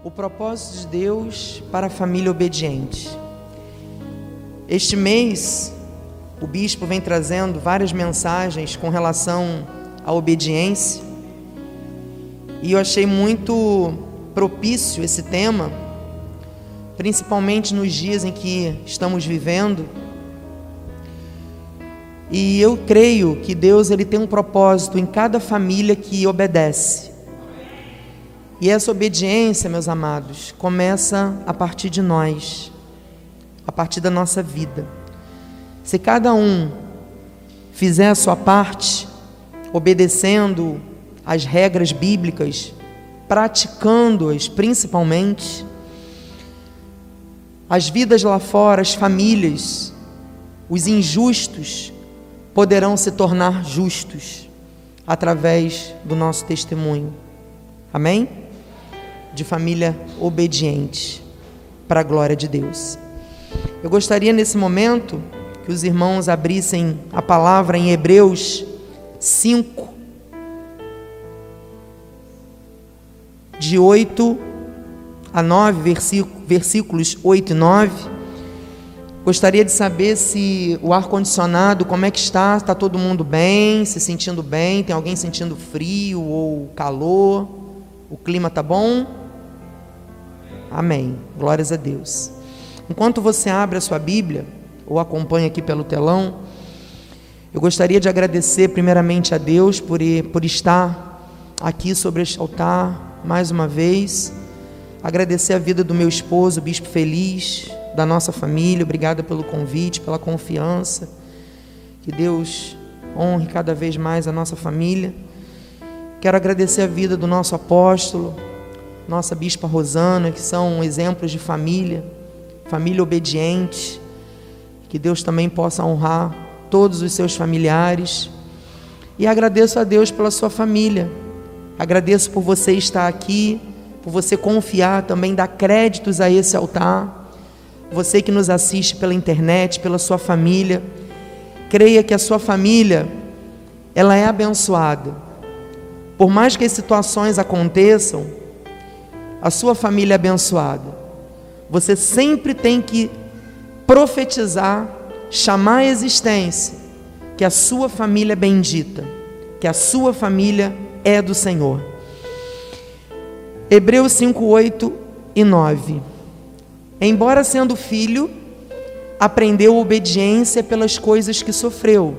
O propósito de Deus para a família obediente. Este mês, o bispo vem trazendo várias mensagens com relação à obediência, e eu achei muito propício esse tema, principalmente nos dias em que estamos vivendo. E eu creio que Deus ele tem um propósito em cada família que obedece. E essa obediência, meus amados, começa a partir de nós, a partir da nossa vida. Se cada um fizer a sua parte, obedecendo as regras bíblicas, praticando-as principalmente, as vidas lá fora, as famílias, os injustos poderão se tornar justos através do nosso testemunho. Amém? De família obediente, para a glória de Deus. Eu gostaria nesse momento que os irmãos abrissem a palavra em Hebreus 5, de 8 a 9, versículos 8 e 9. Gostaria de saber se o ar-condicionado, como é que está? Está todo mundo bem, se sentindo bem? Tem alguém sentindo frio ou calor? O clima está bom? Amém. Glórias a Deus. Enquanto você abre a sua Bíblia, ou acompanha aqui pelo telão, eu gostaria de agradecer primeiramente a Deus por estar aqui sobre este altar mais uma vez. Agradecer a vida do meu esposo, o Bispo Feliz, da nossa família. Obrigada pelo convite, pela confiança. Que Deus honre cada vez mais a nossa família. Quero agradecer a vida do nosso apóstolo, nossa Bispa Rosana, que são exemplos de família obediente. Que Deus também possa honrar todos os seus familiares. E agradeço a Deus pela sua família. Agradeço por você estar aqui, por você confiar, também dar créditos a esse altar. Você que nos assiste pela internet, pela sua família, creia que a sua família, ela é abençoada. Por mais que as situações aconteçam, a sua família é abençoada. Você sempre tem que profetizar, chamar a existência, que a sua família é bendita, que a sua família é do Senhor. Hebreus 5, 8 e 9. Embora sendo filho, aprendeu obediência pelas coisas que sofreu,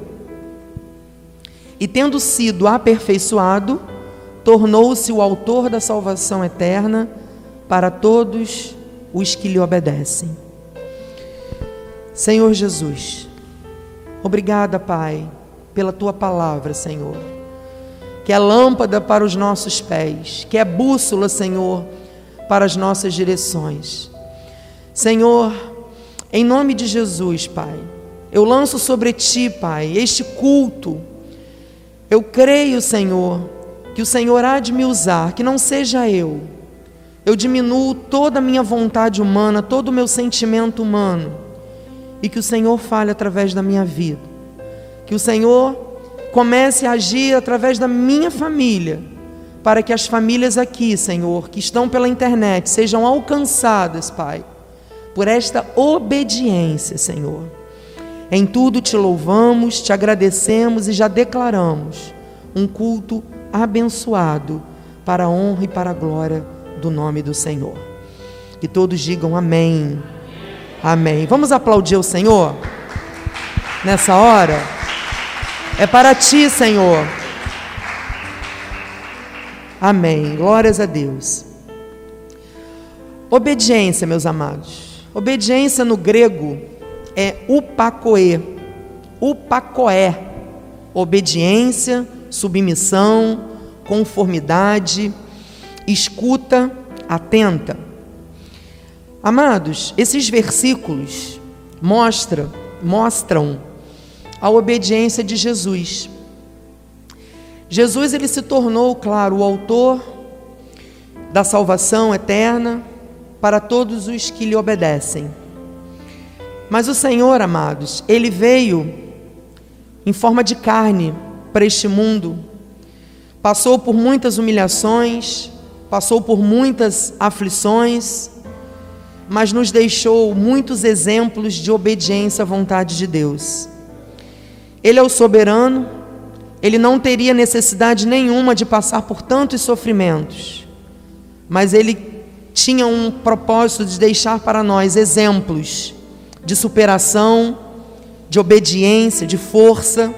e tendo sido aperfeiçoado, tornou-se o autor da salvação eterna para todos os que lhe obedecem. Senhor Jesus, obrigada, Pai, pela Tua palavra, Senhor, que é lâmpada para os nossos pés, que é bússola, Senhor, para as nossas direções. Senhor, em nome de Jesus, Pai, eu lanço sobre Ti, Pai, este culto. Eu creio, Senhor, que o Senhor há de me usar, que não seja eu diminuo toda a minha vontade humana, todo o meu sentimento humano, e que o Senhor fale através da minha vida, que o Senhor comece a agir através da minha família, para que as famílias aqui, Senhor, que estão pela internet, sejam alcançadas, Pai, por esta obediência, Senhor. Em tudo te louvamos, te agradecemos e já declaramos um culto abençoado para a honra e para a glória do nome do Senhor. Que todos digam amém. Amém. Vamos aplaudir o Senhor nessa hora? É para Ti, Senhor. Amém. Glórias a Deus. Obediência, meus amados. Obediência no grego é upakoé. Upakoé. Obediência, submissão, conformidade, escuta atenta. Amados, esses versículos mostram a obediência de Jesus. Jesus, ele se tornou, claro, o autor da salvação eterna para todos os que lhe obedecem. Mas o Senhor, amados, ele veio em forma de carne para este mundo, passou por muitas humilhações, passou por muitas aflições, mas nos deixou muitos exemplos de obediência à vontade de Deus. Ele é o soberano, ele não teria necessidade nenhuma de passar por tantos sofrimentos, mas ele tinha um propósito de deixar para nós exemplos de superação, de obediência, de força.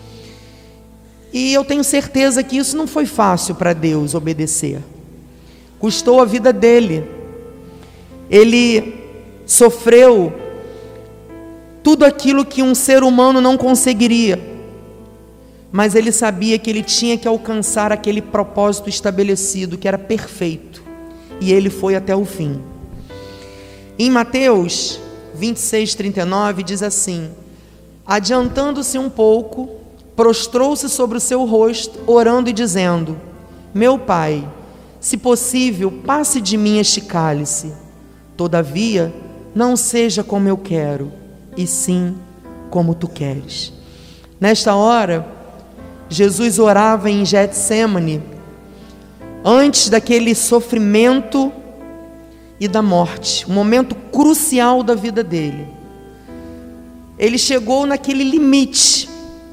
E eu tenho certeza que isso não foi fácil para Deus obedecer. Custou a vida dele. Ele sofreu tudo aquilo que um ser humano não conseguiria. Mas ele sabia que ele tinha que alcançar aquele propósito estabelecido, que era perfeito. E ele foi até o fim. Em Mateus 26:39 diz assim: adiantando-se um pouco, prostrou-se sobre o seu rosto, orando e dizendo: meu Pai, se possível, passe de mim este cálice. Todavia, não seja como eu quero, e sim como tu queres. Nesta hora, Jesus orava em Getsêmani, antes daquele sofrimento e da morte, um momento crucial da vida dele. Ele chegou naquele limite,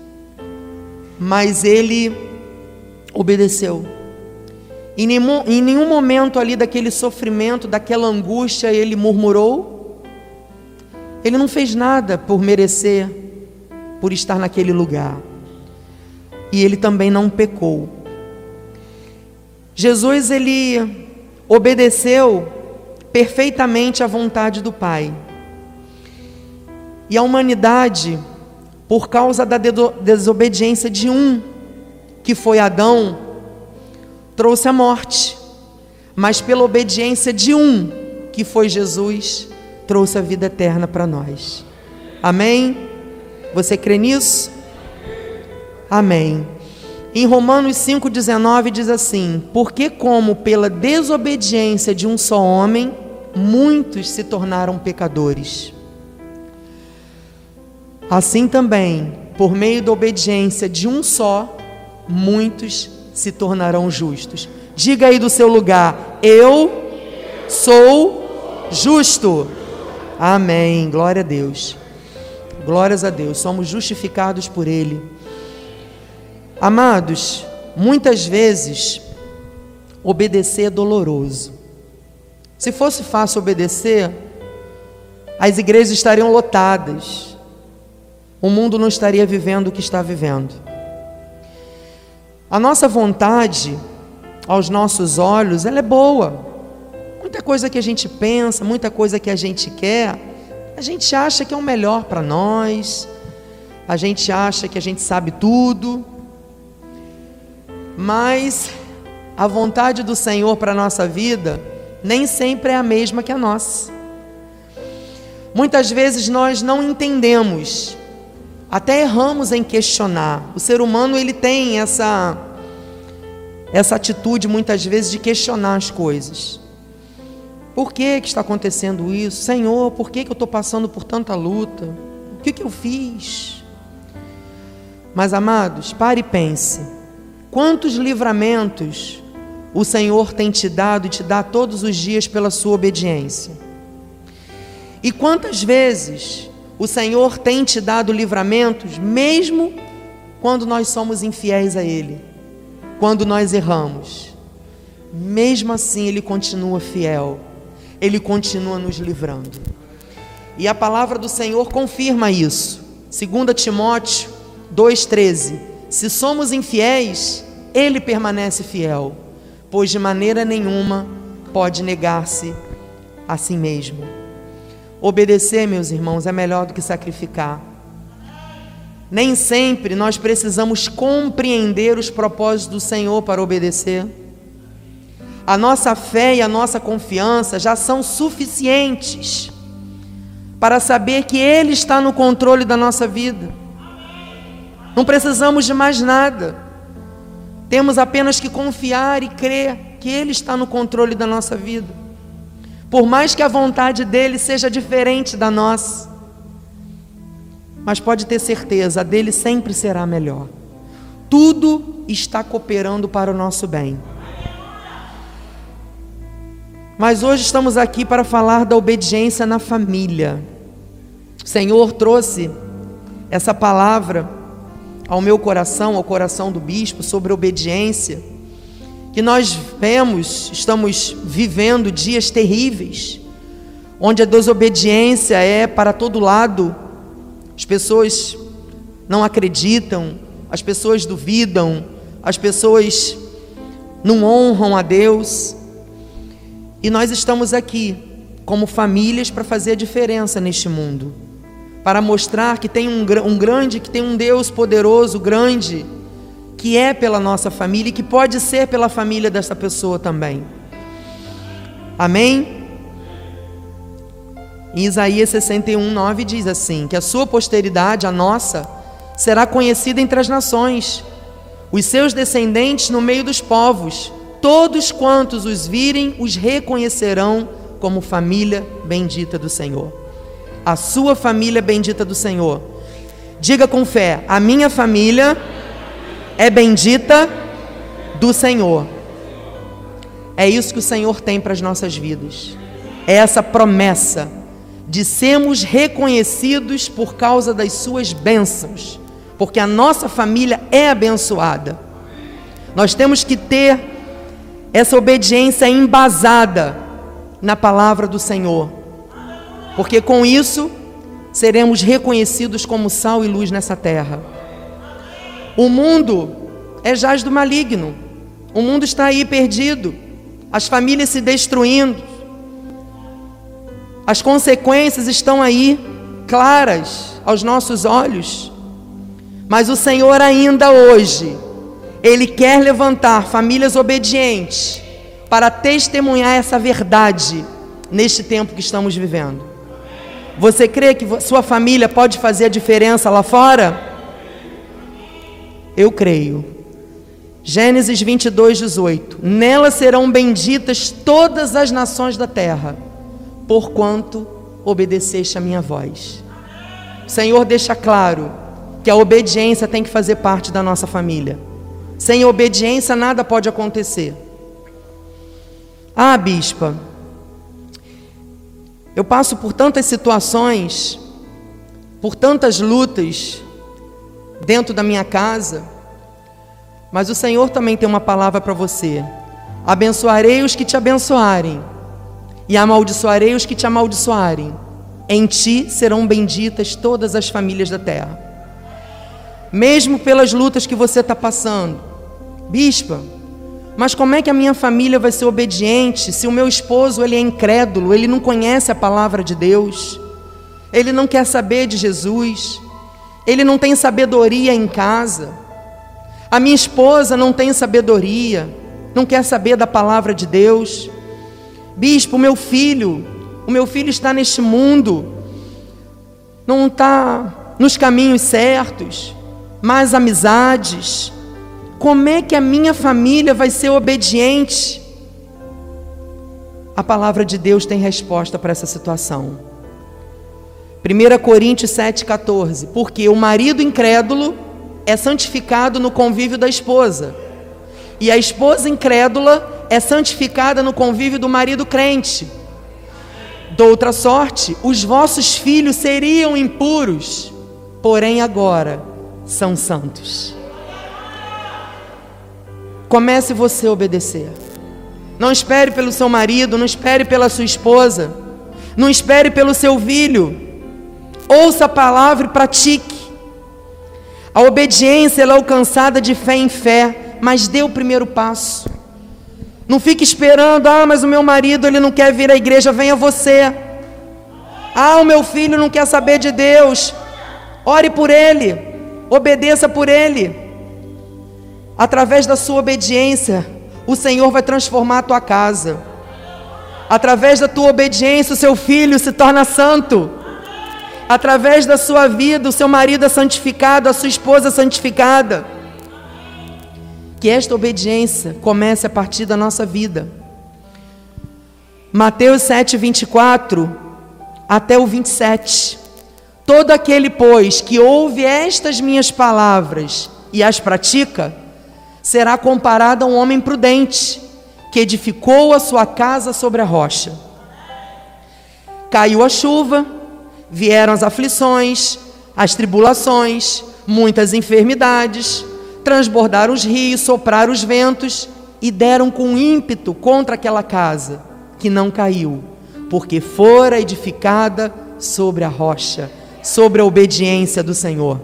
mas ele obedeceu. Em nenhum momento ali daquele sofrimento, daquela angústia, ele murmurou. Ele não fez nada por merecer, por estar naquele lugar. E ele também não pecou. Jesus, ele obedeceu perfeitamente à vontade do Pai. E a humanidade, por causa da desobediência de um, que foi Adão, trouxe a morte. Mas pela obediência de um, que foi Jesus, trouxe a vida eterna para nós. Amém? Você crê nisso? Amém. Em Romanos 5,19 diz assim: porque como pela desobediência de um só homem, muitos se tornaram pecadores, assim também, por meio da obediência de um só, muitos se tornarão justos. Diga aí do seu lugar: eu sou justo. Amém, glória a Deus. Glórias a Deus, somos justificados por Ele. Amados, muitas vezes obedecer é doloroso. Se fosse fácil obedecer, as igrejas estariam lotadas, o mundo não estaria vivendo o que está vivendo. A nossa vontade, aos nossos olhos, ela é boa. Muita coisa que a gente pensa, muita coisa que a gente quer, a gente acha que é o melhor para nós, a gente acha que a gente sabe tudo. Mas a vontade do Senhor para a nossa vida nem sempre é a mesma que a nossa. Muitas vezes nós não entendemos, até erramos em questionar. O ser humano, ele tem essa atitude muitas vezes de questionar as coisas. Por que está acontecendo isso? Senhor, por que eu estou passando por tanta luta? O que eu fiz? Mas amados, pare e pense. Quantos livramentos o Senhor tem te dado e te dá todos os dias pela sua obediência? E quantas vezes o Senhor tem te dado livramentos, mesmo quando nós somos infiéis a Ele, quando nós erramos? Mesmo assim Ele continua fiel, Ele continua nos livrando. E a palavra do Senhor confirma isso. 2 Timóteo 2,13: se somos infiéis, Ele permanece fiel, pois de maneira nenhuma pode negar-se a si mesmo. Obedecer, meus irmãos, é melhor do que sacrificar. Nem sempre nós precisamos compreender os propósitos do Senhor para obedecer. A nossa fé e a nossa confiança já são suficientes para saber que Ele está no controle da nossa vida. Não precisamos de mais nada. Temos apenas que confiar e crer que Ele está no controle da nossa vida. Por mais que a vontade dEle seja diferente da nossa, mas pode ter certeza, a dEle sempre será melhor. Tudo está cooperando para o nosso bem. Mas hoje estamos aqui para falar da obediência na família. O Senhor trouxe essa palavra ao meu coração, ao coração do bispo, sobre obediência, que nós estamos vivendo dias terríveis, onde a desobediência é para todo lado. As pessoas não acreditam, as pessoas duvidam, as pessoas não honram a Deus. E nós estamos aqui como famílias para fazer a diferença neste mundo, para mostrar que tem que tem um Deus poderoso, grande, que é pela nossa família e que pode ser pela família dessa pessoa também. Amém? Em Isaías 61:9 diz assim, que a sua posteridade, a nossa, será conhecida entre as nações, os seus descendentes no meio dos povos. Todos quantos os virem, os reconhecerão como família bendita do Senhor. A sua família bendita do Senhor. Diga com fé: a minha família é bendita do Senhor. É isso que o Senhor tem para as nossas vidas. É essa promessa de sermos reconhecidos por causa das suas bênçãos, porque a nossa família é abençoada. Nós temos que ter essa obediência embasada na palavra do Senhor, porque com isso seremos reconhecidos como sal e luz nessa terra. O mundo jaz do maligno, o mundo está aí perdido, as famílias se destruindo, as consequências estão aí claras aos nossos olhos, mas o Senhor ainda hoje, Ele quer levantar famílias obedientes para testemunhar essa verdade neste tempo que estamos vivendo. Você crê que sua família pode fazer a diferença lá fora? Eu creio. Gênesis 22:18. Nela serão benditas todas as nações da terra, porquanto obedeceste a minha voz. O Senhor deixa claro que a obediência tem que fazer parte da nossa família. Sem obediência nada pode acontecer. Ah, bispa, eu passo por tantas situações, por tantas lutas dentro da minha casa, mas o Senhor também tem uma palavra para você: abençoarei os que te abençoarem e amaldiçoarei os que te amaldiçoarem. Em ti serão benditas todas as famílias da terra. Mesmo pelas lutas que você está passando, bispa, mas como é que a minha família vai ser obediente se o meu esposo ele é incrédulo, ele não conhece a palavra de Deus, ele não quer saber de Jesus, ele não tem sabedoria em casa, a minha esposa não tem sabedoria, não quer saber da palavra de Deus. Bispo, o meu filho está neste mundo, não está nos caminhos certos, más amizades. Como é que a minha família vai ser obediente? A palavra de Deus tem resposta para essa situação. 1 Coríntios 7,14. Porque o marido incrédulo é santificado no convívio da esposa, e a esposa incrédula é santificada no convívio do marido crente. De outra sorte, os vossos filhos seriam impuros, porém agora são santos. Comece você a obedecer. Não espere pelo seu marido, não espere pela sua esposa, não espere pelo seu filho. Ouça a palavra e pratique. A obediência ela é alcançada de fé em fé, mas dê o primeiro passo. Não fique esperando: mas o meu marido ele não quer vir à igreja. Venha você. O meu filho não quer saber de Deus. Ore por ele, obedeça por ele. Através da sua obediência, o Senhor vai transformar a tua casa. Através da tua obediência, o seu filho se torna santo. Através da sua vida, o seu marido é santificado, a sua esposa é santificada. Que esta obediência comece a partir da nossa vida. Mateus 7:24 até o 27. Todo aquele, pois, que ouve estas minhas palavras e as pratica, será comparado a um homem prudente, que edificou a sua casa sobre a rocha. Caiu a chuva, vieram as aflições, as tribulações, muitas enfermidades, transbordaram os rios, sopraram os ventos e deram com ímpeto contra aquela casa, que não caiu, porque fora edificada sobre a rocha, sobre a obediência do Senhor.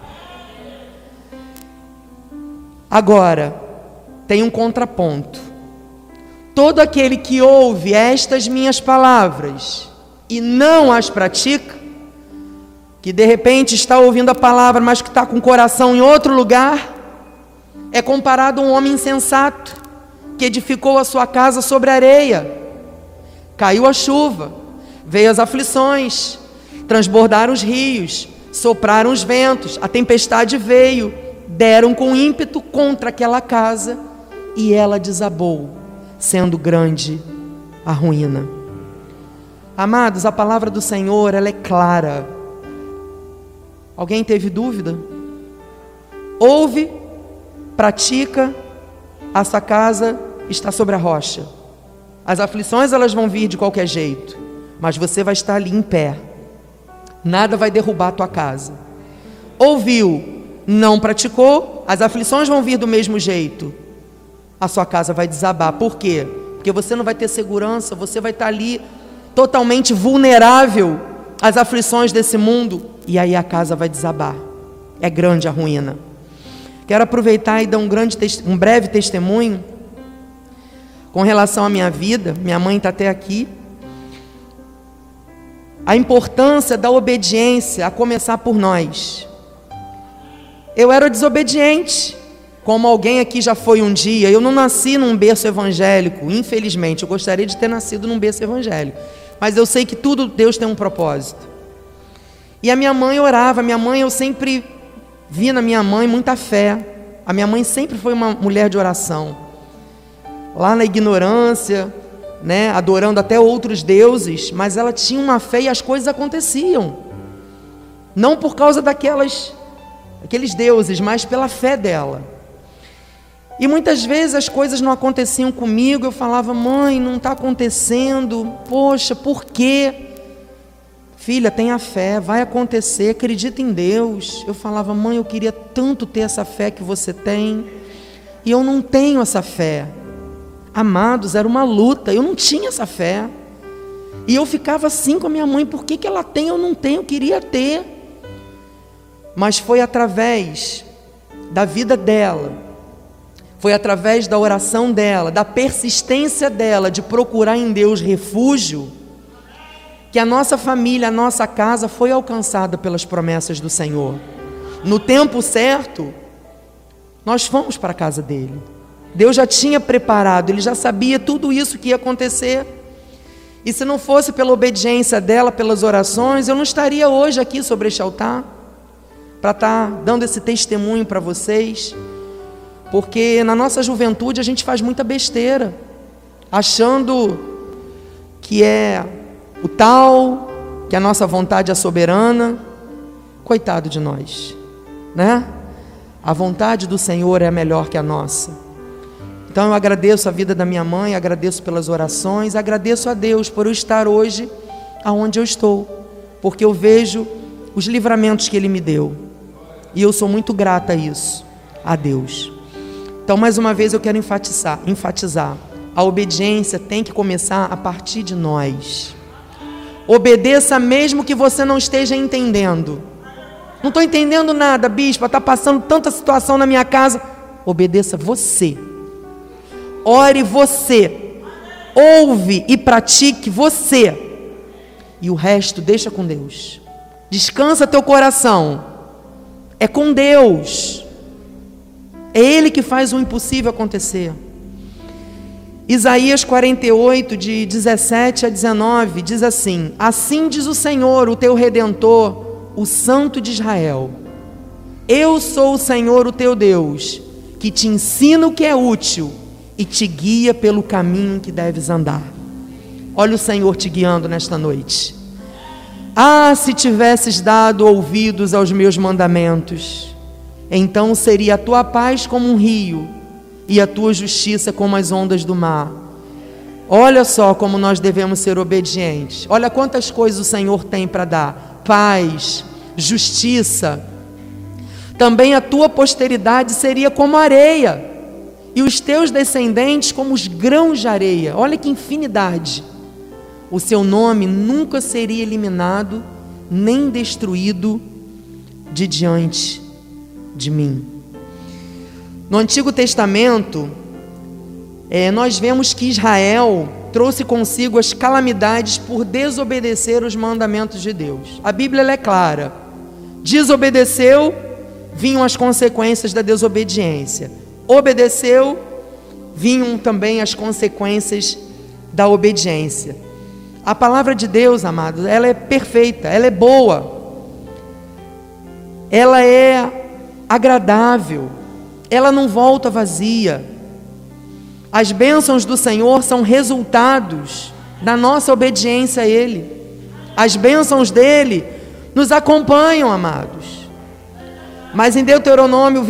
Agora, tem um contraponto. Todo aquele que ouve estas minhas palavras e não as pratica, que de repente está ouvindo a palavra, mas que está com o coração em outro lugar, é comparado a um homem insensato, que edificou a sua casa sobre a areia. Caiu a chuva, veio as aflições, transbordaram os rios, sopraram os ventos, a tempestade veio, deram com ímpeto contra aquela casa, e ela desabou, sendo grande a ruína. Amados, a palavra do Senhor, ela é clara. Alguém teve dúvida? Ouve, pratica, a sua casa está sobre a rocha. As aflições, elas vão vir de qualquer jeito, mas você vai estar ali em pé. Nada vai derrubar a tua casa. Ouviu, não praticou, as aflições vão vir do mesmo jeito. A sua casa vai desabar. Por quê? Porque você não vai ter segurança, você vai estar ali totalmente vulnerável às aflições desse mundo, e aí a casa vai desabar. É grande a ruína. Quero aproveitar e dar um breve testemunho com relação à minha vida. Minha mãe está até aqui. A importância da obediência, a começar por nós. Eu era desobediente, como alguém aqui já foi um dia. Eu não nasci num berço evangélico, infelizmente. Eu gostaria de ter nascido num berço evangélico, mas eu sei que tudo, Deus tem um propósito. E a minha mãe orava. Eu sempre vi na minha mãe muita fé. A minha mãe sempre foi uma mulher de oração. Lá na ignorância, né, adorando até outros deuses, mas ela tinha uma fé e as coisas aconteciam. Não por causa aqueles deuses, mas pela fé dela. E muitas vezes as coisas não aconteciam comigo. Eu falava: mãe, não está acontecendo. Poxa, por quê? Filha, tenha fé, vai acontecer, acredita em Deus. Eu falava: mãe, eu queria tanto ter essa fé que você tem, e eu não tenho essa fé. Amados, era uma luta, eu não tinha essa fé. E eu ficava assim com a minha mãe: por que ela tem, eu não tenho, eu queria ter. Mas foi através da vida dela, foi através da oração dela, da persistência dela, de procurar em Deus refúgio, que a nossa família, a nossa casa foi alcançada pelas promessas do Senhor. No tempo certo, nós fomos para a casa dele. Deus já tinha preparado, Ele já sabia tudo isso que ia acontecer. E se não fosse pela obediência dela, pelas orações, eu não estaria hoje aqui sobre este altar, para estar dando esse testemunho para vocês. Porque na nossa juventude a gente faz muita besteira, achando que é o tal, que a nossa vontade é soberana. Coitado de nós, né? A vontade do Senhor é melhor que a nossa. Então eu agradeço a vida da minha mãe, agradeço pelas orações, agradeço a Deus por eu estar hoje aonde eu estou, porque eu vejo os livramentos que Ele me deu, e eu sou muito grata a isso, a Deus. Então, mais uma vez eu quero enfatizar, a obediência tem que começar a partir de nós. Obedeça mesmo que você não esteja entendendo. Não estou entendendo nada, bispo, está passando tanta situação na minha casa. Obedeça você. Ore você. Ouve e pratique você. E o resto deixa com Deus. Descansa teu coração. É com Deus. É Ele que faz o impossível acontecer. Isaías 48, de 17 a 19, diz assim: assim diz o Senhor, o teu Redentor, o Santo de Israel: eu sou o Senhor, o teu Deus, que te ensina o que é útil e te guia pelo caminho que deves andar. Olha o Senhor te guiando nesta noite. Ah, se tivesses dado ouvidos aos meus mandamentos, então seria a tua paz como um rio, e a tua justiça como as ondas do mar. Olha só como nós devemos ser obedientes. Olha quantas coisas o Senhor tem para dar: paz, justiça. Também a tua posteridade seria como areia, e os teus descendentes como os grãos de areia. Olha que infinidade. O seu nome nunca seria eliminado, nem destruído de diante de mim. No Antigo Testamento, nós vemos que Israel trouxe consigo as calamidades por desobedecer os mandamentos de Deus. A Bíblia ela é clara: desobedeceu, vinham as consequências da desobediência. Obedeceu, vinham também as consequências da obediência. A palavra de Deus, amados, ela é perfeita, ela é boa, ela é agradável, ela não volta vazia. As bênçãos do Senhor são resultados da nossa obediência a Ele. As bênçãos dEle nos acompanham, amados. Mas em Deuteronômio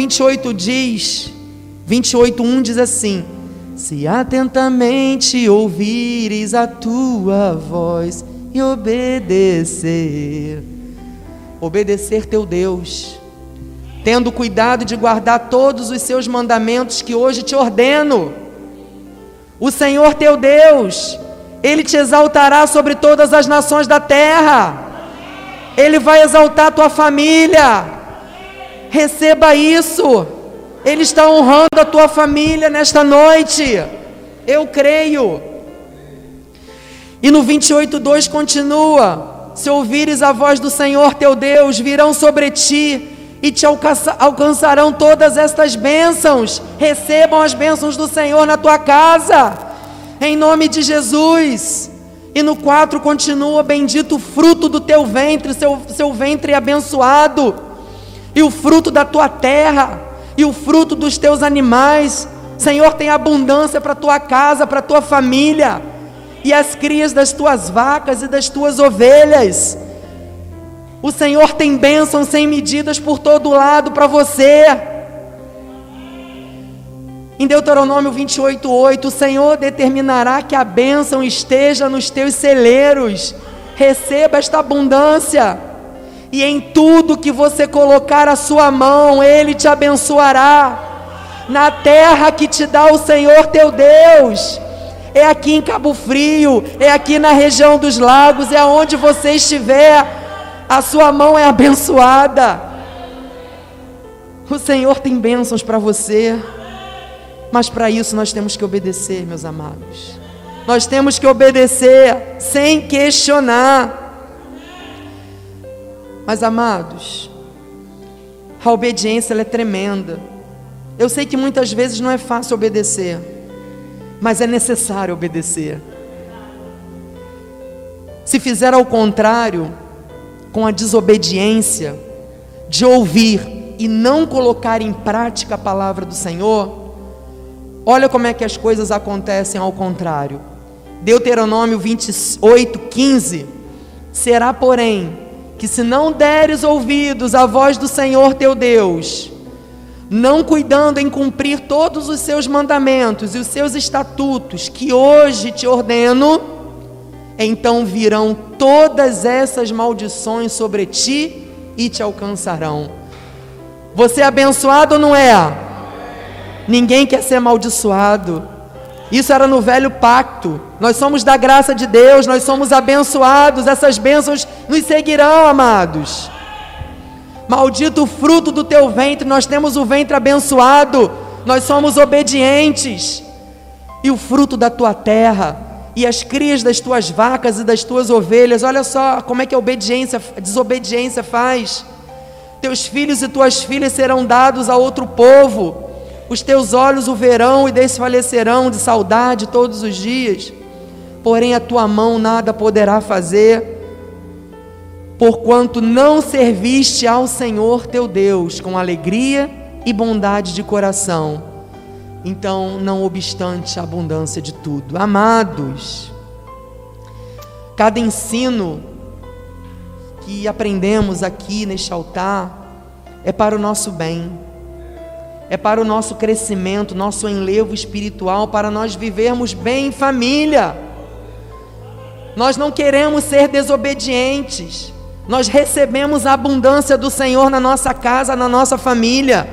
28:1 diz assim: se atentamente ouvires a tua voz e obedecer teu Deus, tendo cuidado de guardar todos os seus mandamentos que hoje te ordeno, o Senhor teu Deus, Ele te exaltará sobre todas as nações da terra. Ele vai exaltar a tua família. Receba isso. Ele está honrando a tua família nesta noite. Eu creio. E no 28:2 continua: se ouvires a voz do Senhor teu Deus, virão sobre ti e te alcançarão todas estas bênçãos. Recebam as bênçãos do Senhor na tua casa, em nome de Jesus. E no 4 continua: bendito o fruto do teu ventre, seu ventre é abençoado, e o fruto da tua terra, e o fruto dos teus animais. Senhor, tem abundância para a tua casa, para a tua família, e as crias das tuas vacas e das tuas ovelhas. O Senhor tem bênçãos sem medidas por todo lado para você. Em Deuteronômio 28:8, o Senhor determinará que a bênção esteja nos teus celeiros. Receba esta abundância, e em tudo que você colocar a sua mão, Ele te abençoará. Na terra que te dá o Senhor teu Deus, é aqui em Cabo Frio, é aqui na região dos lagos, é onde você estiver, a sua mão é abençoada. O Senhor tem bênçãos para você, mas para isso nós temos que obedecer, meus amados. Nós temos que obedecer sem questionar. Mas, amados, a obediência ela é tremenda. Eu sei que muitas vezes não é fácil obedecer, mas é necessário obedecer. Se fizer ao contrário, com a desobediência de ouvir e não colocar em prática a palavra do Senhor, olha como é que as coisas acontecem ao contrário. Deuteronômio 28:15: será, porém, que se não deres ouvidos à voz do Senhor teu Deus, não cuidando em cumprir todos os seus mandamentos e os seus estatutos que hoje te ordeno, então virão todas essas maldições sobre ti e te alcançarão. Você é abençoado ou não é? Ninguém quer ser amaldiçoado. Isso era no velho pacto. Nós somos da graça de Deus, nós somos abençoados. Essas bênçãos nos seguirão, amados. Maldito o fruto do teu ventre. Nós temos o ventre abençoado, nós somos obedientes. E o fruto da tua terra, e as crias das tuas vacas e das tuas ovelhas. Olha só como é que a desobediência faz. Teus filhos e tuas filhas serão dados a outro povo. Os teus olhos o verão e desfalecerão de saudade todos os dias. Porém a tua mão nada poderá fazer, porquanto não serviste ao Senhor teu Deus com alegria e bondade de coração. Então, não obstante a abundância de tudo. Amados, cada ensino que aprendemos aqui neste altar é para o nosso bem. é para o nosso crescimento, nosso enlevo espiritual, para nós vivermos bem em família. Nós não queremos ser desobedientes. Nós recebemos a abundância do Senhor na nossa casa, na nossa família.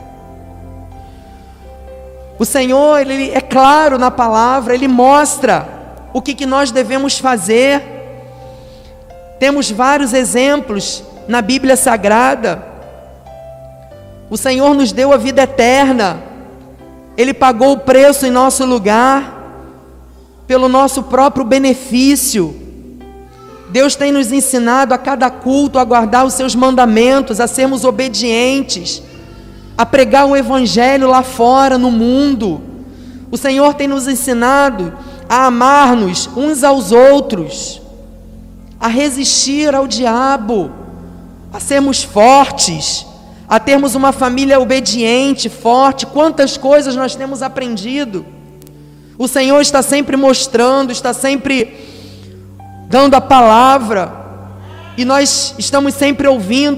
O Senhor, Ele é claro na palavra, Ele mostra o que nós devemos fazer. Temos vários exemplos na Bíblia Sagrada. O Senhor nos deu a vida eterna. Ele pagou o preço em nosso lugar, pelo nosso próprio benefício. Deus tem nos ensinado a cada culto a guardar os seus mandamentos, a sermos obedientes, a pregar o Evangelho lá fora, no mundo. O Senhor tem nos ensinado a amar-nos uns aos outros, a resistir ao diabo, a sermos fortes, a termos uma família obediente, forte. Quantas coisas nós temos aprendido. O Senhor está sempre mostrando, está sempre dando a palavra, e nós estamos sempre ouvindo,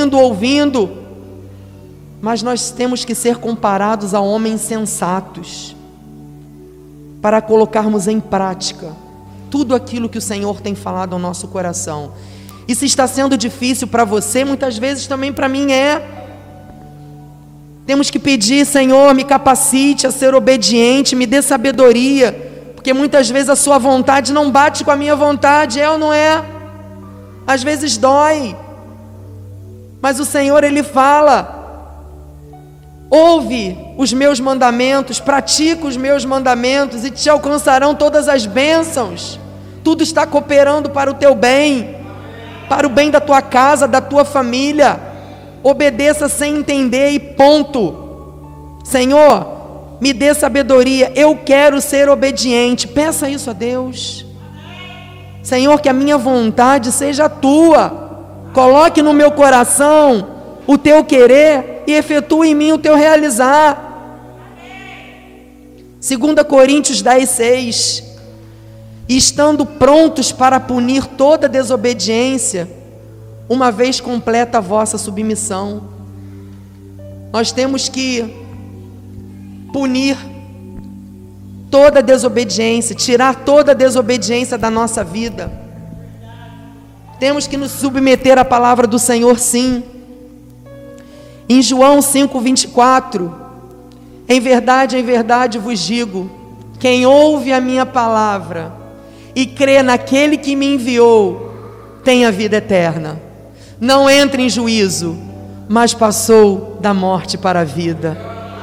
mas nós temos que ser comparados a homens sensatos, para colocarmos em prática tudo aquilo que o Senhor tem falado ao nosso coração. E se está sendo difícil para você, muitas vezes também para mim é. Temos que pedir: Senhor, me capacite a ser obediente, me dê sabedoria, porque muitas vezes a sua vontade não bate com a minha vontade, é ou não é? Às vezes dói, mas o Senhor, Ele fala: ouve os meus mandamentos, pratica os meus mandamentos, e te alcançarão todas as bênçãos. Tudo está cooperando para o teu bem, para o bem da tua casa, da tua família. Obedeça sem entender e ponto. Senhor, me dê sabedoria, eu quero ser obediente. Peça isso a Deus. Senhor, que a minha vontade seja a tua. Coloque no meu coração o teu querer e efetue em mim o teu realizar. 2 Coríntios 10:6. E estando prontos para punir toda desobediência, uma vez completa a vossa submissão. Nós temos que punir toda desobediência, tirar toda desobediência da nossa vida. Temos que nos submeter à palavra do Senhor, sim. Em João 5:24, em verdade vos digo, quem ouve a minha palavra e crê naquele que me enviou, tem a vida eterna. Não entra em juízo, mas passou da morte para a vida.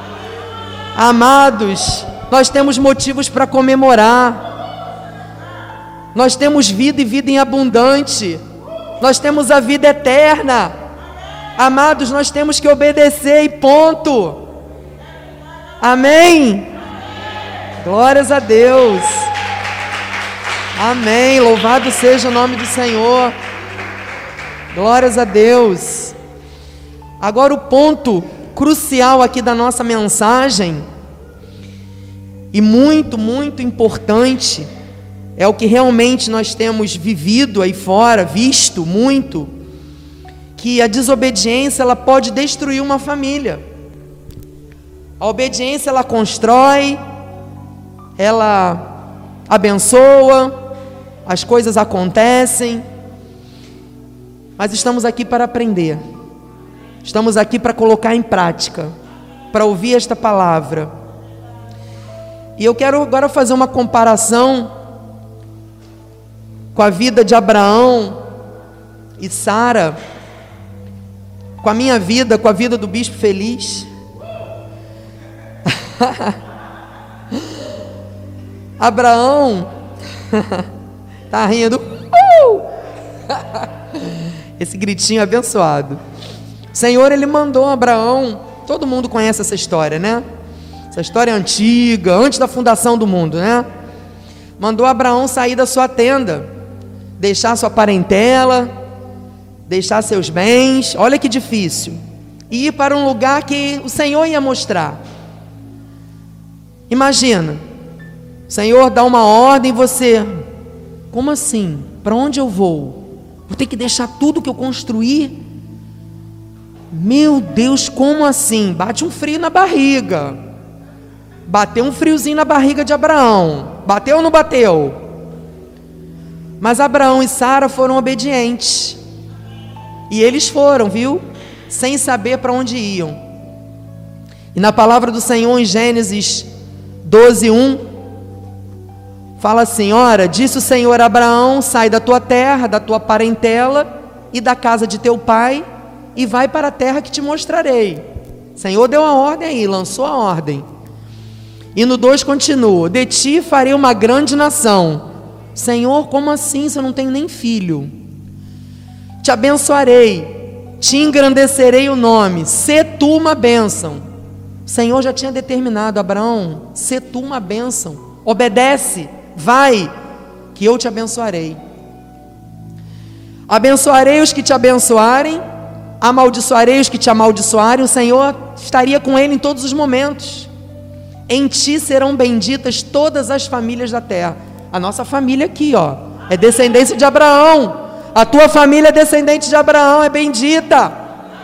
Amados, nós temos motivos para comemorar. Nós temos vida e vida em abundante. Nós temos a vida eterna. Amados, nós temos que obedecer e ponto. Amém? Glórias a Deus. Amém. Louvado seja o nome do Senhor. Glórias a Deus. Agora o ponto crucial aqui da nossa mensagem, e muito, muito importante, é o que realmente nós temos vivido aí fora, visto muito, que a desobediência, ela pode destruir uma família. A obediência, ela constrói, ela abençoa, as coisas acontecem, mas estamos aqui para aprender, estamos aqui para colocar em prática, para ouvir esta palavra. E eu quero agora fazer uma comparação com a vida de Abraão e Sara, com a minha vida, com a vida do Bispo Feliz. Abraão tá rindo. Esse gritinho abençoado. O Senhor, Ele mandou Abraão. Todo mundo conhece essa história, né? Essa história é antiga, antes da fundação do mundo, né? Mandou Abraão sair da sua tenda, deixar sua parentela, deixar seus bens. Olha que difícil. E ir para um lugar que o Senhor ia mostrar. Imagina, o Senhor dá uma ordem e você: como assim? Para onde eu vou? Vou ter que deixar tudo que eu construí? Meu Deus, como assim? Bate um frio na barriga. Bateu um friozinho na barriga de Abraão. Bateu ou não bateu? Mas Abraão e Sara foram obedientes. E eles foram, viu? Sem saber para onde iam. E na palavra do Senhor em Gênesis 12:1, fala assim: ora, disse o Senhor a Abraão: sai da tua terra, da tua parentela e da casa de teu pai, e vai para a terra que te mostrarei. O Senhor deu a ordem aí, lançou a ordem. E no 2 continua: de ti farei uma grande nação. Senhor, como assim? Você não tem nem filho. Te abençoarei, te engrandecerei o nome, sê tu uma bênção. O Senhor já tinha determinado: Abraão, sê tu uma bênção, obedece, vai, que eu te abençoarei. Abençoarei os que te abençoarem, amaldiçoarei os que te amaldiçoarem. O Senhor estaria com ele em todos os momentos. Em ti serão benditas todas as famílias da terra. A nossa família aqui, ó, é descendência de Abraão. A tua família é descendente de Abraão, é bendita.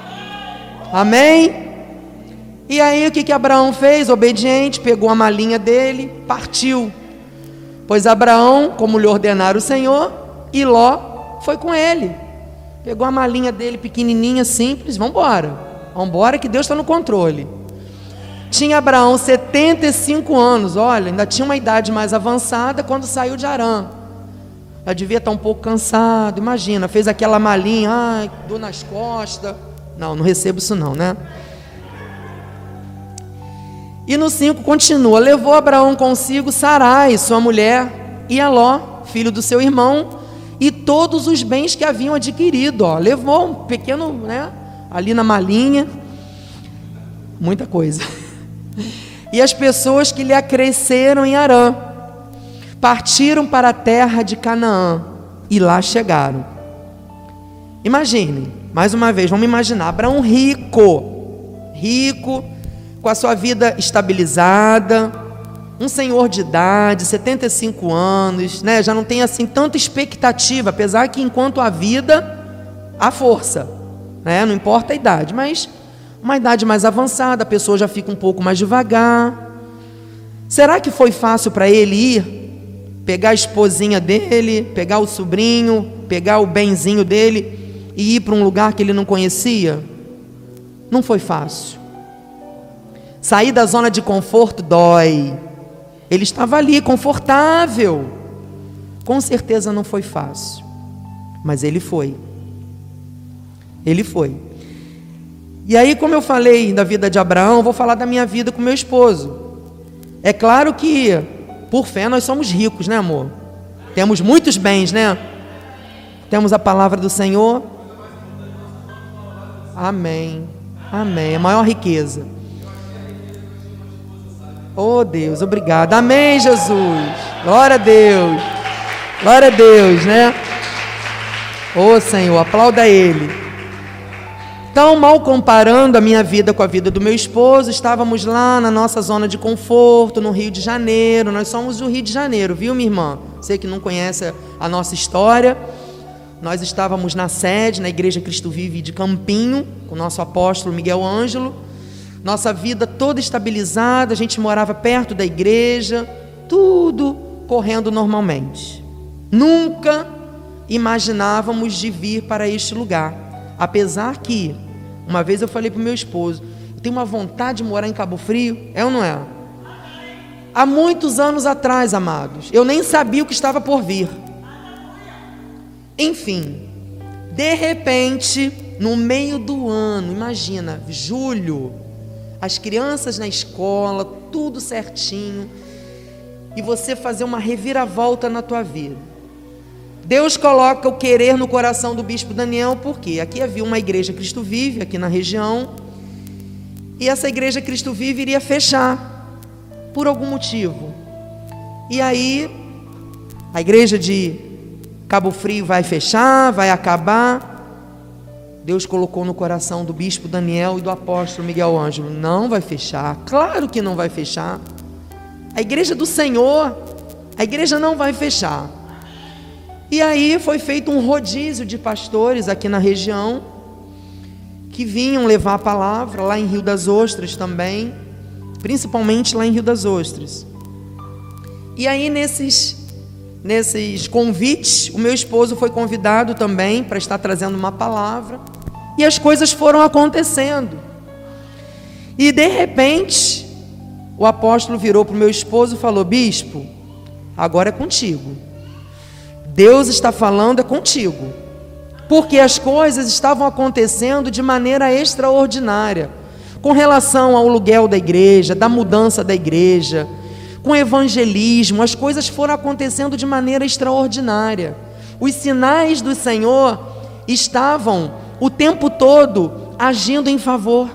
Amém? E aí o que Abraão fez? Obediente, pegou a malinha dele, partiu. Pois Abraão, como lhe ordenara o Senhor, e Ló foi com ele. Pegou a malinha dele pequenininha, simples, vamos embora que Deus está no controle. Tinha Abraão 75 anos, olha, ainda tinha uma idade mais avançada quando saiu de Harã. Já devia estar um pouco cansado, imagina, fez aquela malinha, ai, dor nas costas. Não recebo isso não, né? E no 5 continua: levou Abraão consigo Sarai, sua mulher, e a Ló, filho do seu irmão, e todos os bens que haviam adquirido, ó, levou um pequeno, né, ali na malinha, muita coisa. E as pessoas que lhe acresceram em Harã partiram para a terra de Canaã e lá chegaram. Imaginem, mais uma vez, vamos imaginar Abraão rico, com a sua vida estabilizada, um senhor de idade, 75 anos, né? Já não tem assim tanta expectativa, apesar que enquanto há vida, há força, né? Não importa a idade, mas uma idade mais avançada, a pessoa já fica um pouco mais devagar. Será que foi fácil para ele ir, pegar a esposinha dele, pegar o sobrinho, pegar o benzinho dele e ir para um lugar que ele não conhecia? Não foi fácil. Sair da zona de conforto dói. Ele estava ali, confortável. Com certeza não foi fácil, mas ele foi. Ele foi. E aí, como eu falei da vida de Abraão, vou falar da minha vida com meu esposo. É claro que, por fé, nós somos ricos, né, amor? Temos muitos bens, né? Temos a palavra do Senhor. Amém. Amém. A maior riqueza. Oh Deus, obrigado. Amém, Jesus. Glória a Deus. Glória a Deus, né? Oh Senhor, aplauda Ele. Então, mal comparando a minha vida com a vida do meu esposo, estávamos lá na nossa zona de conforto, no Rio de Janeiro. Nós somos do Rio de Janeiro, viu, minha irmã? Você que não conhece a nossa história. Nós estávamos na sede, na Igreja Cristo Vive de Campinho, com o nosso apóstolo Miguel Ângelo. Nossa vida toda estabilizada, a gente morava perto da igreja, tudo correndo normalmente. Nunca imaginávamos de vir para este lugar, apesar que, uma vez eu falei para o meu esposo, eu tenho uma vontade de morar em Cabo Frio, é ou não é? Há muitos anos atrás, amados, eu nem sabia o que estava por vir. Enfim, de repente, no meio do ano, imagina, julho, as crianças na escola, tudo certinho, e você fazer uma reviravolta na tua vida. Deus coloca o querer no coração do bispo Daniel, porque aqui havia uma igreja Cristo Vive, aqui na região, e essa igreja Cristo Vive iria fechar, por algum motivo. E aí, a igreja de Cabo Frio vai fechar, vai acabar. Deus colocou no coração do bispo Daniel e do apóstolo Miguel Ângelo: não vai fechar, claro que não vai fechar. A igreja do Senhor, a igreja não vai fechar. E aí foi feito um rodízio de pastores aqui na região, que vinham levar a palavra lá em Rio das Ostras também, principalmente lá em Rio das Ostras. E aí nesses convites, o meu esposo foi convidado também para estar trazendo uma palavra, e as coisas foram acontecendo. E de repente, o apóstolo virou para o meu esposo e falou: bispo, agora é contigo. Deus está falando, é contigo. Porque as coisas estavam acontecendo de maneira extraordinária, com relação ao aluguel da igreja, da mudança da igreja, com evangelismo, as coisas foram acontecendo de maneira extraordinária. Os sinais do Senhor estavam o tempo todo agindo em favor.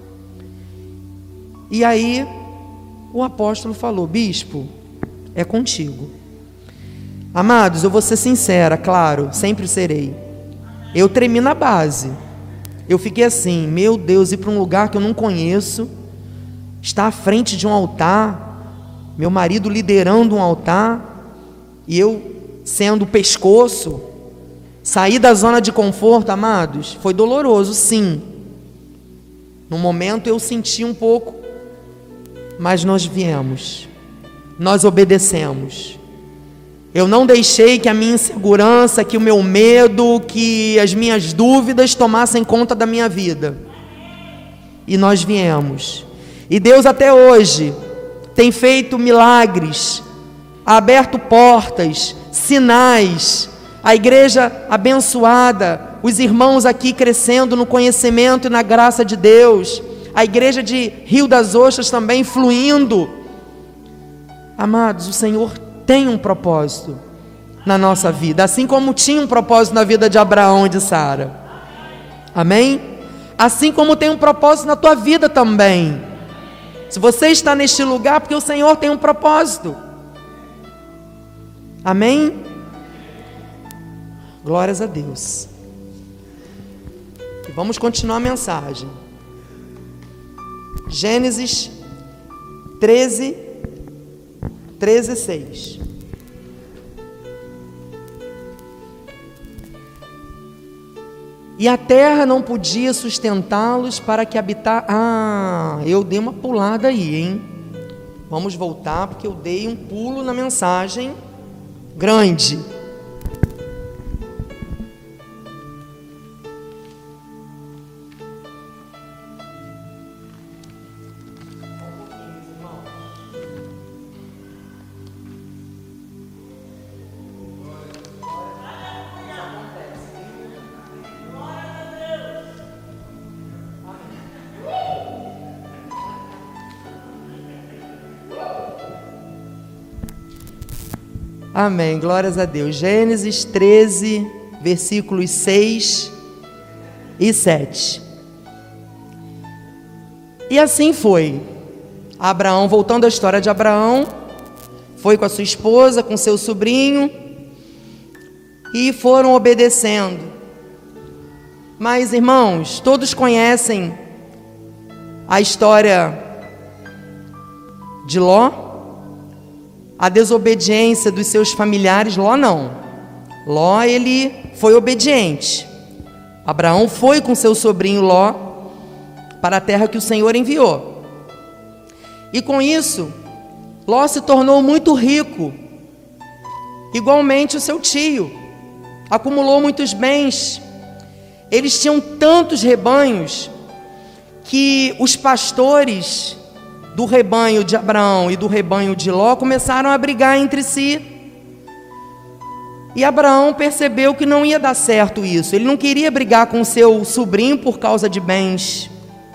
E aí o apóstolo falou: bispo, é contigo. Amados, eu vou ser sincera, claro, sempre serei. Eu tremi na base. Eu fiquei assim: meu Deus, ir para um lugar que eu não conheço, estar à frente de um altar, meu marido liderando um altar, e eu sendo o pescoço, sair da zona de conforto, amados, foi doloroso, sim. No momento eu senti um pouco, mas nós viemos, nós obedecemos. Eu não deixei que a minha insegurança, que o meu medo, que as minhas dúvidas tomassem conta da minha vida. E nós viemos. E Deus até hoje tem feito milagres, aberto portas, sinais, a igreja abençoada, os irmãos aqui crescendo no conhecimento e na graça de Deus, a igreja de Rio das Ostras também fluindo. Amados, o Senhor tem um propósito na nossa vida, assim como tinha um propósito na vida de Abraão e de Sara. Amém? Assim como tem um propósito na tua vida também. Se você está neste lugar, porque o Senhor tem um propósito. Amém? Glórias a Deus. E vamos continuar a mensagem. Gênesis 13:6. E a terra não podia sustentá-los para que habitar. Eu dei uma pulada aí, hein? Vamos voltar, porque eu dei um pulo na mensagem grande. Amém, glórias a Deus. Gênesis 13, versículos 6 e 7. E assim foi. Abraão, voltando à história de Abraão, foi com a sua esposa, com seu sobrinho, e foram obedecendo. Mas, irmãos, todos conhecem a história de Ló? A desobediência dos seus familiares. Ló não. Ló, ele foi obediente. Abraão foi com seu sobrinho Ló para a terra que o Senhor enviou. E com isso, Ló se tornou muito rico. Igualmente o seu tio acumulou muitos bens. Eles tinham tantos rebanhos que os pastores do rebanho de Abraão e do rebanho de Ló começaram a brigar entre si. E Abraão percebeu que não ia dar certo isso. Ele não queria brigar com seu sobrinho por causa de bens.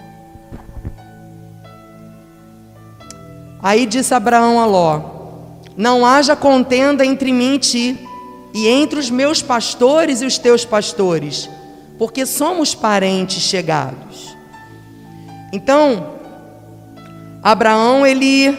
Aí disse Abraão a Ló: não haja contenda entre mim e ti, e entre os meus pastores e os teus pastores, porque somos parentes chegados. Então Abraão, ele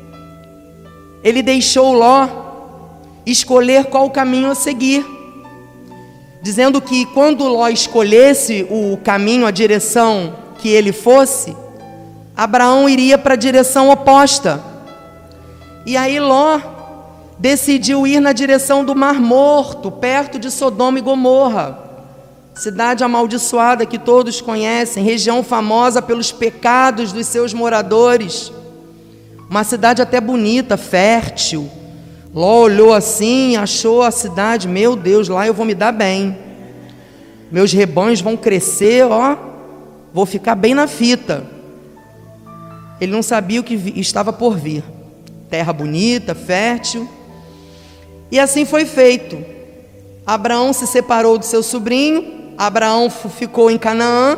deixou Ló escolher qual caminho a seguir, dizendo que quando Ló escolhesse o caminho, a direção que ele fosse, Abraão iria para a direção oposta. E aí Ló decidiu ir na direção do Mar Morto, perto de Sodoma e Gomorra. cidade amaldiçoada que todos conhecem, região famosa pelos pecados dos seus moradores, uma cidade até bonita, fértil. Ló olhou assim, achou a cidade, meu Deus, lá eu vou me dar bem, meus rebanhos vão crescer, vou ficar bem na fita. Ele não sabia o que estava por vir. Terra bonita, fértil. E assim foi feito. Abraão se separou do seu sobrinho. Abraão ficou em Canaã,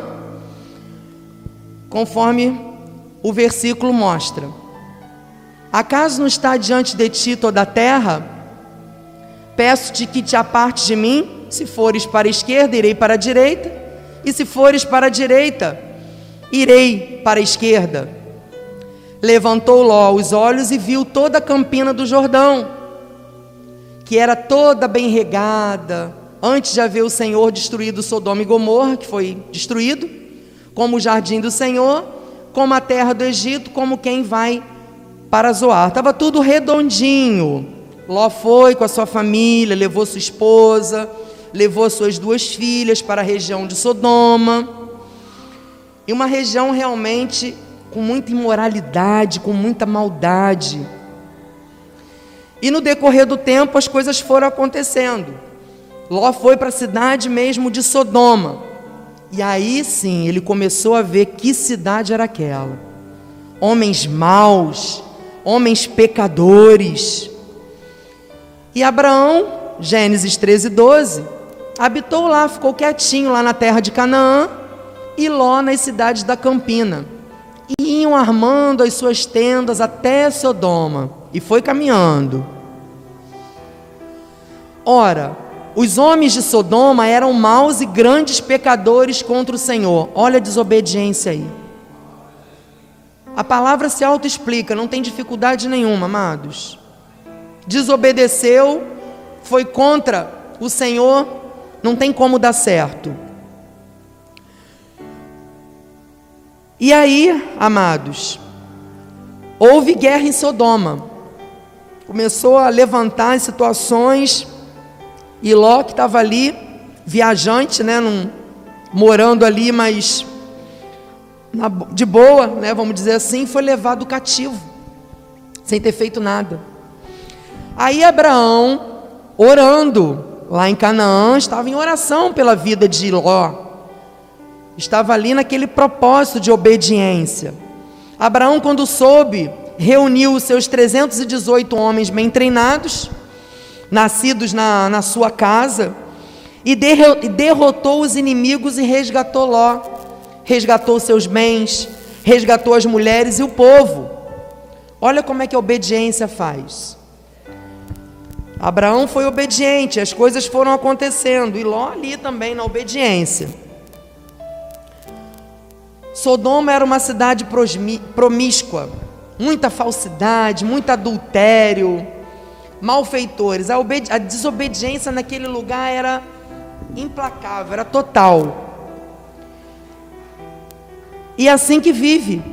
conforme o versículo mostra. Acaso não está diante de ti toda a terra? Peço-te que te apartes de mim. Se fores para a esquerda, irei para a direita. E se fores para a direita, irei para a esquerda. Levantou Ló os olhos e viu toda a campina do Jordão, que era toda bem regada, antes de haver o Senhor destruído Sodoma e Gomorra, que foi destruído, como o jardim do Senhor, como a terra do Egito, como quem vai para Zoar. Estava tudo redondinho. Ló foi com a sua família, levou sua esposa, levou suas 2 filhas para a região de Sodoma, e uma região realmente com muita imoralidade, com muita maldade. E no decorrer do tempo as coisas foram acontecendo. Ló foi para a cidade mesmo de Sodoma, e aí sim ele começou a ver que cidade era aquela. Homens maus, homens pecadores. E Abraão, Gênesis 13:12, habitou lá, ficou quietinho lá na terra de Canaã, e Ló nas cidades da campina. E iam armando as suas tendas até Sodoma, e foi caminhando. Ora, os homens de Sodoma eram maus e grandes pecadores contra o Senhor. Olha a desobediência aí. A palavra se autoexplica, não tem dificuldade nenhuma, amados. Desobedeceu, foi contra o Senhor, não tem como dar certo. E aí, amados, houve guerra em Sodoma. Começou a levantar as situações, e Ló, que estava ali, viajante, né, morando ali, mas de boa, né, vamos dizer assim, foi levado cativo, sem ter feito nada. Aí Abraão, orando lá em Canaã, estava em oração pela vida de Ló. Estava ali naquele propósito de obediência. Abraão, quando soube, reuniu os seus 318 homens bem treinados, nascidos na sua casa, e derrotou os inimigos e resgatou Ló. Resgatou seus bens, resgatou as mulheres e o povo. Olha como é que a obediência faz. Abraão foi obediente, as coisas foram acontecendo, e Ló ali também na obediência. Sodoma era uma cidade promíscua, muita falsidade, muito adultério, malfeitores. A desobediência naquele lugar era implacável, era total. E assim que vive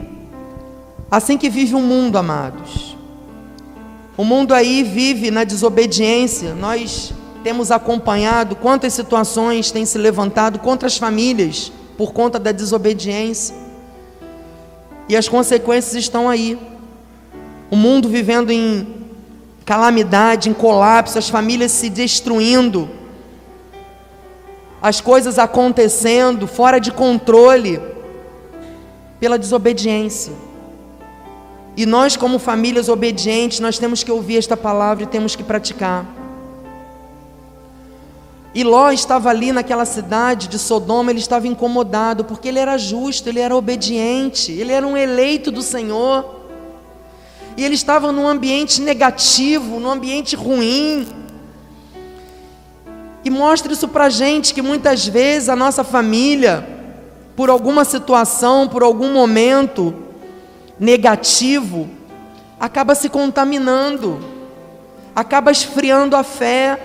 o mundo, amados. O mundo aí vive na desobediência. Nós temos acompanhado quantas situações têm se levantado contra as famílias por conta da desobediência, e as consequências estão aí. O mundo vivendo em calamidade, em colapso, as famílias se destruindo, as coisas acontecendo fora de controle pela desobediência. E nós, como famílias obedientes, nós temos que ouvir esta palavra e temos que praticar. E Ló estava ali naquela cidade de Sodoma, ele estava incomodado, porque ele era justo, ele era obediente, ele era um eleito do Senhor, e ele estava num ambiente negativo, num ambiente ruim. E mostra isso para a gente, que muitas vezes a nossa família, por alguma situação, por algum momento negativo, acaba se contaminando, acaba esfriando a fé.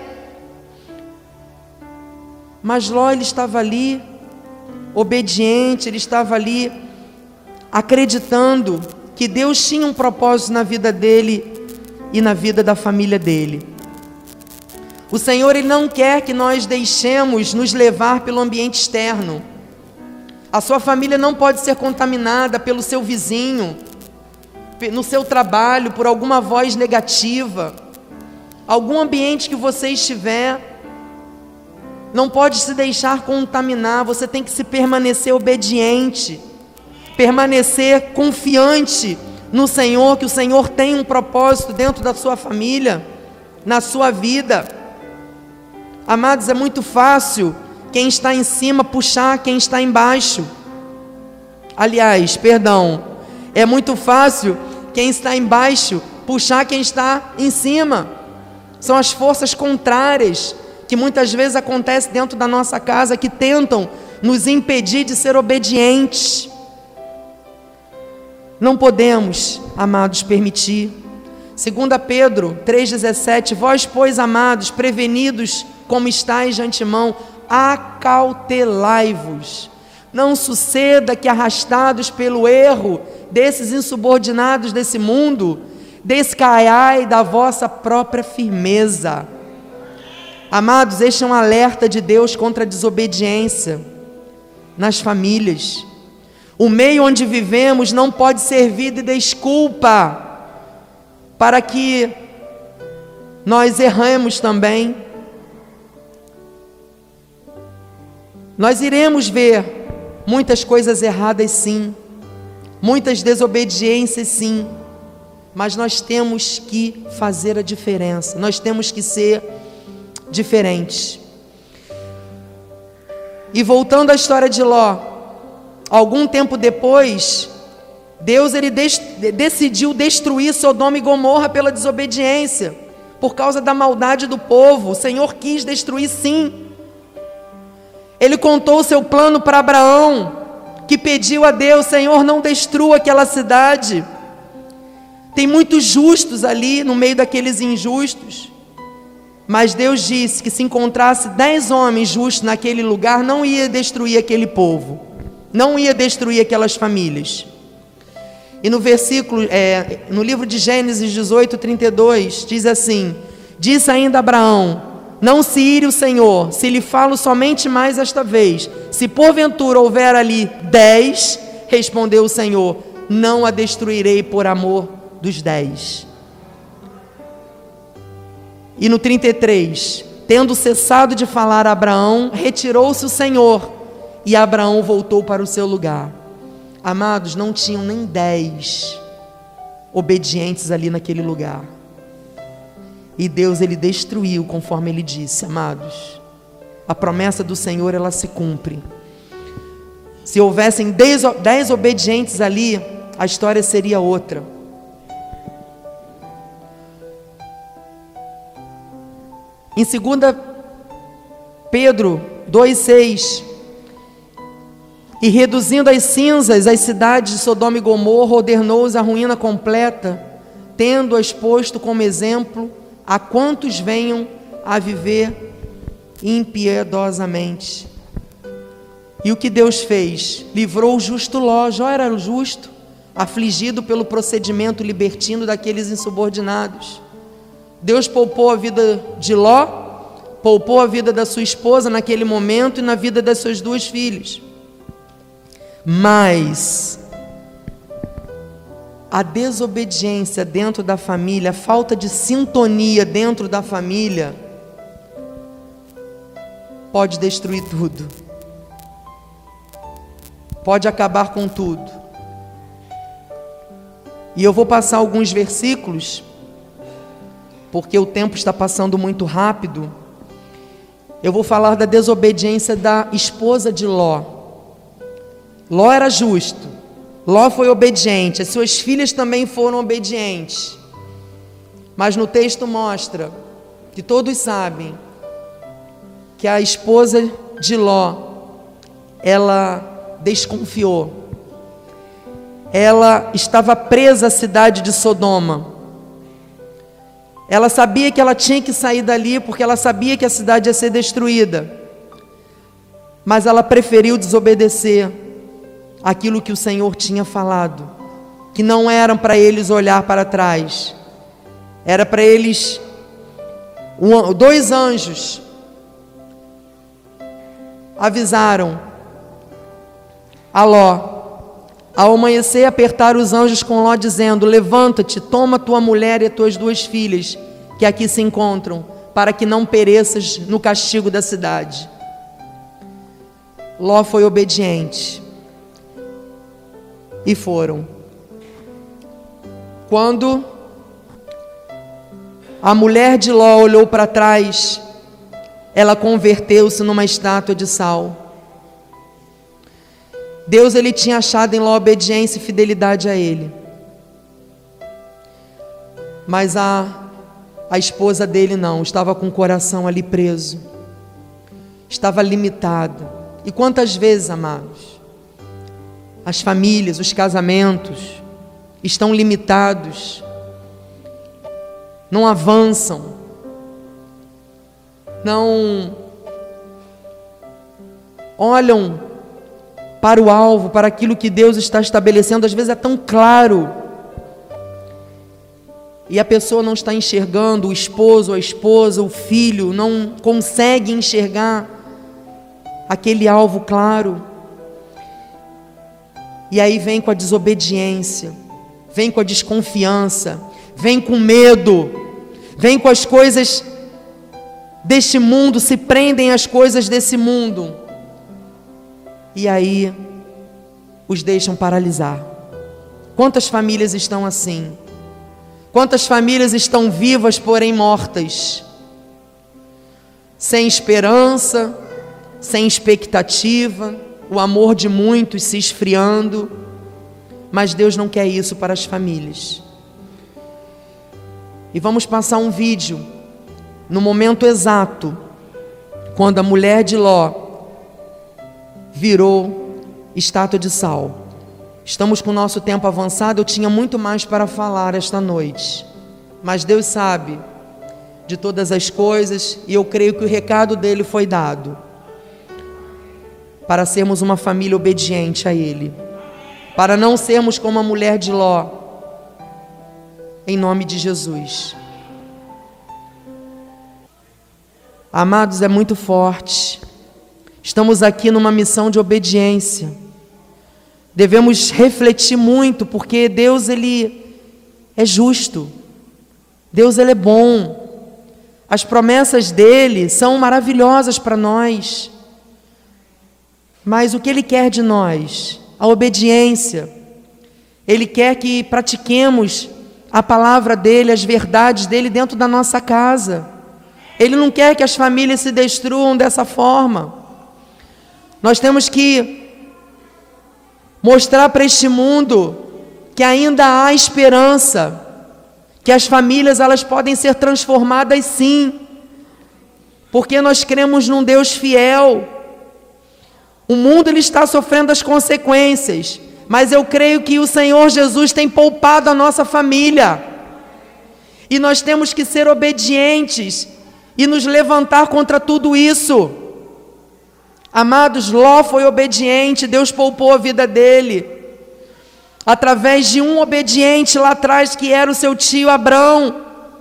Mas Ló, ele estava ali obediente, ele estava ali acreditando que Deus tinha um propósito na vida dele e na vida da família dele. O Senhor, Ele não quer que nós deixemos nos levar pelo ambiente externo. A sua família não pode ser contaminada pelo seu vizinho, no seu trabalho, por alguma voz negativa. Algum ambiente que você estiver, não pode se deixar contaminar. Você tem que se permanecer obediente, permanecer confiante no Senhor, que o Senhor tem um propósito dentro da sua família, na sua vida. Amados, é muito fácil quem está em cima puxar quem está embaixo. Aliás, é muito fácil quem está embaixo puxar quem está em cima. São as forças contrárias que muitas vezes acontecem dentro da nossa casa, que tentam nos impedir de ser obedientes. Não podemos, amados, permitir. 2 Pedro 3,17: vós, pois, amados, prevenidos como estáis de antemão, acautelai-vos. Não suceda que, arrastados pelo erro desses insubordinados desse mundo, descaiai da vossa própria firmeza. Amados, este é um alerta de Deus contra a desobediência nas famílias. O meio onde vivemos não pode servir de desculpa para que nós erramos também. Nós iremos ver muitas coisas erradas, sim, muitas desobediências, sim, mas nós temos que fazer a diferença, nós temos que ser diferentes. E voltando à história de Ló, algum tempo depois, Deus decidiu destruir Sodoma e Gomorra pela desobediência, por causa da maldade do povo. O Senhor quis destruir, sim. Ele contou o seu plano para Abraão, que pediu a Deus: Senhor, não destrua aquela cidade. Tem muitos justos ali no meio daqueles injustos. Mas Deus disse que se encontrasse 10 homens justos naquele lugar, não ia destruir aquele povo, não ia destruir aquelas famílias. E no no livro de Gênesis 18:32, diz assim: disse ainda Abraão: não se ire o Senhor, se lhe falo somente mais esta vez. Se porventura houver ali 10, respondeu o Senhor, não a destruirei por amor dos 10. E no 33, tendo cessado de falar a Abraão, retirou-se o Senhor, e Abraão voltou para o seu lugar. Amados, não tinham nem 10 obedientes ali naquele lugar. E Deus, Ele destruiu conforme Ele disse. Amados, a promessa do Senhor, ela se cumpre. Se houvessem 10 obedientes ali, a história seria outra. Em 2 Pedro 2,6: e reduzindo as cinzas as cidades de Sodoma e Gomorra, ordenou-os a ruína completa, tendo-as posto como exemplo a quantos venham a viver impiedosamente. E o que Deus fez? Livrou o justo Ló. Jó era o justo, afligido pelo procedimento libertino daqueles insubordinados. Deus poupou a vida de Ló, poupou a vida da sua esposa naquele momento e na vida das suas 2 filhas. Mas a desobediência dentro da família, a falta de sintonia dentro da família, pode destruir tudo, pode acabar com tudo. E eu vou passar alguns versículos, porque o tempo está passando muito rápido. Eu vou falar da desobediência da esposa de Ló. Ló era justo, Ló foi obediente, as suas filhas também foram obedientes. Mas no texto mostra, que todos sabem, que a esposa de Ló, ela desconfiou. Ela estava presa à cidade de Sodoma. Ela sabia que ela tinha que sair dali, porque ela sabia que a cidade ia ser destruída. Mas ela preferiu desobedecer aquilo que o Senhor tinha falado, que não era para eles olhar para trás, era para eles Dois anjos avisaram a Ló. Ao amanhecer, apertaram os anjos com Ló, dizendo: levanta-te, toma tua mulher e tuas 2 filhas, que aqui se encontram, para que não pereças no castigo da cidade. Ló foi obediente, e foram. Quando a mulher de Ló olhou para trás, ela converteu-se numa estátua de sal. Deus, ele tinha achado em Ló obediência e fidelidade a ele. Mas a esposa dele não, estava com o coração ali preso. Estava limitada. E quantas vezes, amados, as famílias, os casamentos estão limitados, não avançam, não olham para o alvo, para aquilo que Deus está estabelecendo. Às vezes é tão claro, e a pessoa não está enxergando, o esposo, a esposa, o filho, não consegue enxergar aquele alvo claro. E aí vem com a desobediência, vem com a desconfiança, vem com medo, vem com as coisas deste mundo, se prendem às coisas desse mundo. E aí os deixam paralisar. Quantas famílias estão assim? Quantas famílias estão vivas, porém mortas? Sem esperança, sem expectativa, o amor de muitos se esfriando. Mas Deus não quer isso para as famílias. E vamos passar um vídeo no momento exato, quando a mulher de Ló virou estátua de sal. Estamos com o nosso tempo avançado. Eu tinha muito mais para falar esta noite, mas Deus sabe de todas as coisas, e eu creio que o recado dele foi dado para sermos uma família obediente a Ele, para não sermos como a mulher de Ló, em nome de Jesus. Amados, é muito forte. Estamos aqui numa missão de obediência. Devemos refletir muito, porque Deus, ele é justo. Deus, ele é bom. As promessas dele são maravilhosas para nós. Mas o que ele quer de nós? A obediência. Ele quer que pratiquemos a palavra dele, as verdades dele dentro da nossa casa. Ele não quer que as famílias se destruam dessa forma. Nós temos que mostrar para este mundo que ainda há esperança, que as famílias, elas podem ser transformadas sim, porque nós cremos num Deus fiel. O mundo, ele está sofrendo as consequências, mas eu creio que o Senhor Jesus tem poupado a nossa família, e nós temos que ser obedientes e nos levantar contra tudo isso. Amados, Ló foi obediente, Deus poupou a vida dele, através de um obediente lá atrás, que era o seu tio Abrão.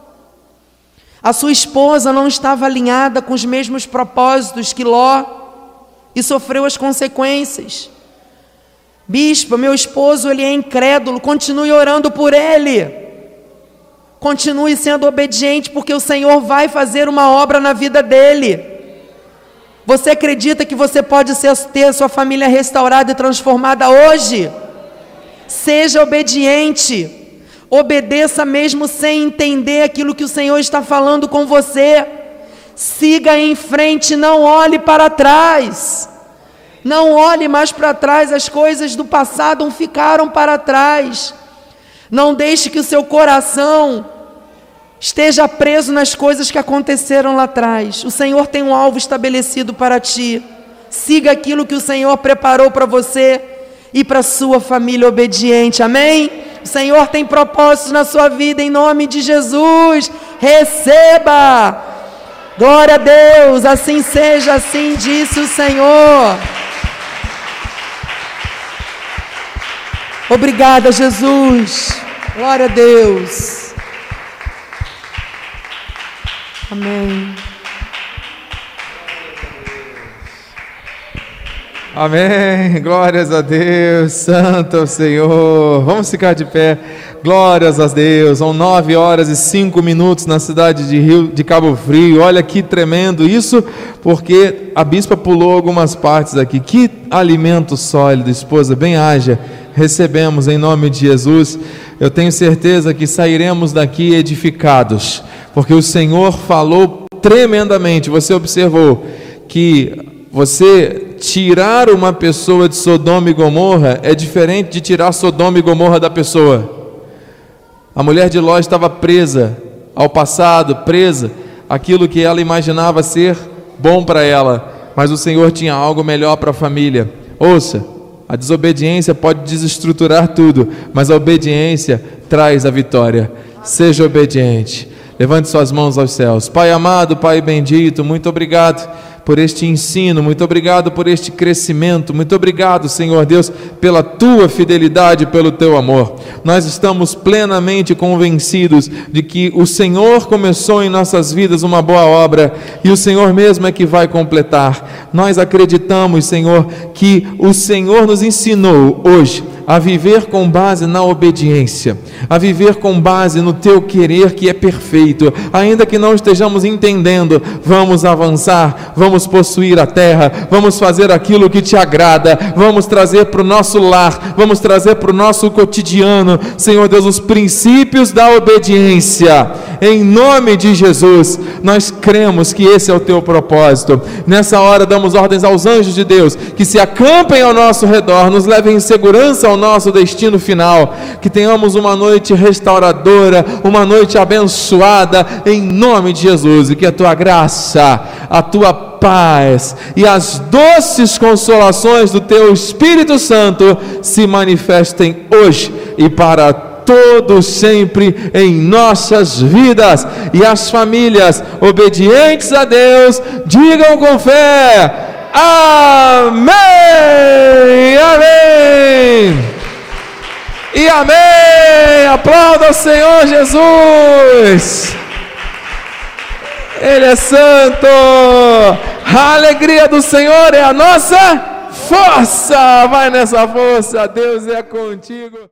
A sua esposa não estava alinhada com os mesmos propósitos que Ló, e sofreu as consequências. Bispo, meu esposo, ele é incrédulo. Continue orando por ele, continue sendo obediente, porque o Senhor vai fazer uma obra na vida dele. Você acredita que você pode ter a sua família restaurada e transformada hoje? Seja obediente, obedeça mesmo sem entender aquilo que o Senhor está falando com você. Siga em frente, não olhe para trás. Não olhe mais para trás, as coisas do passado ficaram para trás. Não deixe que o seu coração esteja preso nas coisas que aconteceram lá atrás. O Senhor tem um alvo estabelecido para ti. Siga aquilo que o Senhor preparou para você e para a sua família obediente. Amém? O Senhor tem propósitos na sua vida, em nome de Jesus. Receba! Glória a Deus, assim seja, assim disse o Senhor. Obrigada, Jesus. Glória a Deus. Amém. Amém, glórias a Deus, santo é o Senhor. Vamos ficar de pé, glórias a Deus. São 9h05 na cidade de Cabo Frio. Olha que tremendo isso, porque a bispa pulou algumas partes aqui. Que alimento sólido, esposa, bem haja, recebemos em nome de Jesus. Eu tenho certeza que sairemos daqui edificados, porque o Senhor falou tremendamente. Você observou que você tirar uma pessoa de Sodoma e Gomorra é diferente de tirar Sodoma e Gomorra da pessoa. A mulher de Ló estava presa ao passado, presa àquilo que ela imaginava ser bom para ela, mas o Senhor tinha algo melhor para a família. Ouça, a desobediência pode desestruturar tudo, mas a obediência traz a vitória. Seja obediente. Levante suas mãos aos céus. Pai amado, Pai bendito, muito obrigado por este ensino, muito obrigado por este crescimento, muito obrigado, Senhor Deus, pela tua fidelidade, pelo teu amor. Nós estamos plenamente convencidos de que o Senhor começou em nossas vidas uma boa obra e o Senhor mesmo é que vai completar. Nós acreditamos, Senhor, que o Senhor nos ensinou hoje a viver com base na obediência, a viver com base no teu querer que é perfeito. Ainda que não estejamos entendendo, vamos avançar, vamos possuir a terra, vamos fazer aquilo que te agrada, vamos trazer para o nosso lar, vamos trazer para o nosso cotidiano, Senhor Deus, os princípios da obediência. Em nome de Jesus, nós cremos que esse é o teu propósito. Nessa hora damos ordens aos anjos de Deus que se acampem ao nosso redor, nos levem em segurança ao nosso destino final, que tenhamos uma noite restauradora, uma noite abençoada em nome de Jesus, e que a tua graça, a tua paz e as doces consolações do teu Espírito Santo se manifestem hoje e para todos sempre em nossas vidas. E as famílias obedientes a Deus digam com fé: amém, amém e amém. Aplauda o Senhor Jesus, Ele é santo. A alegria do Senhor é a nossa força. Vai nessa força, Deus é contigo.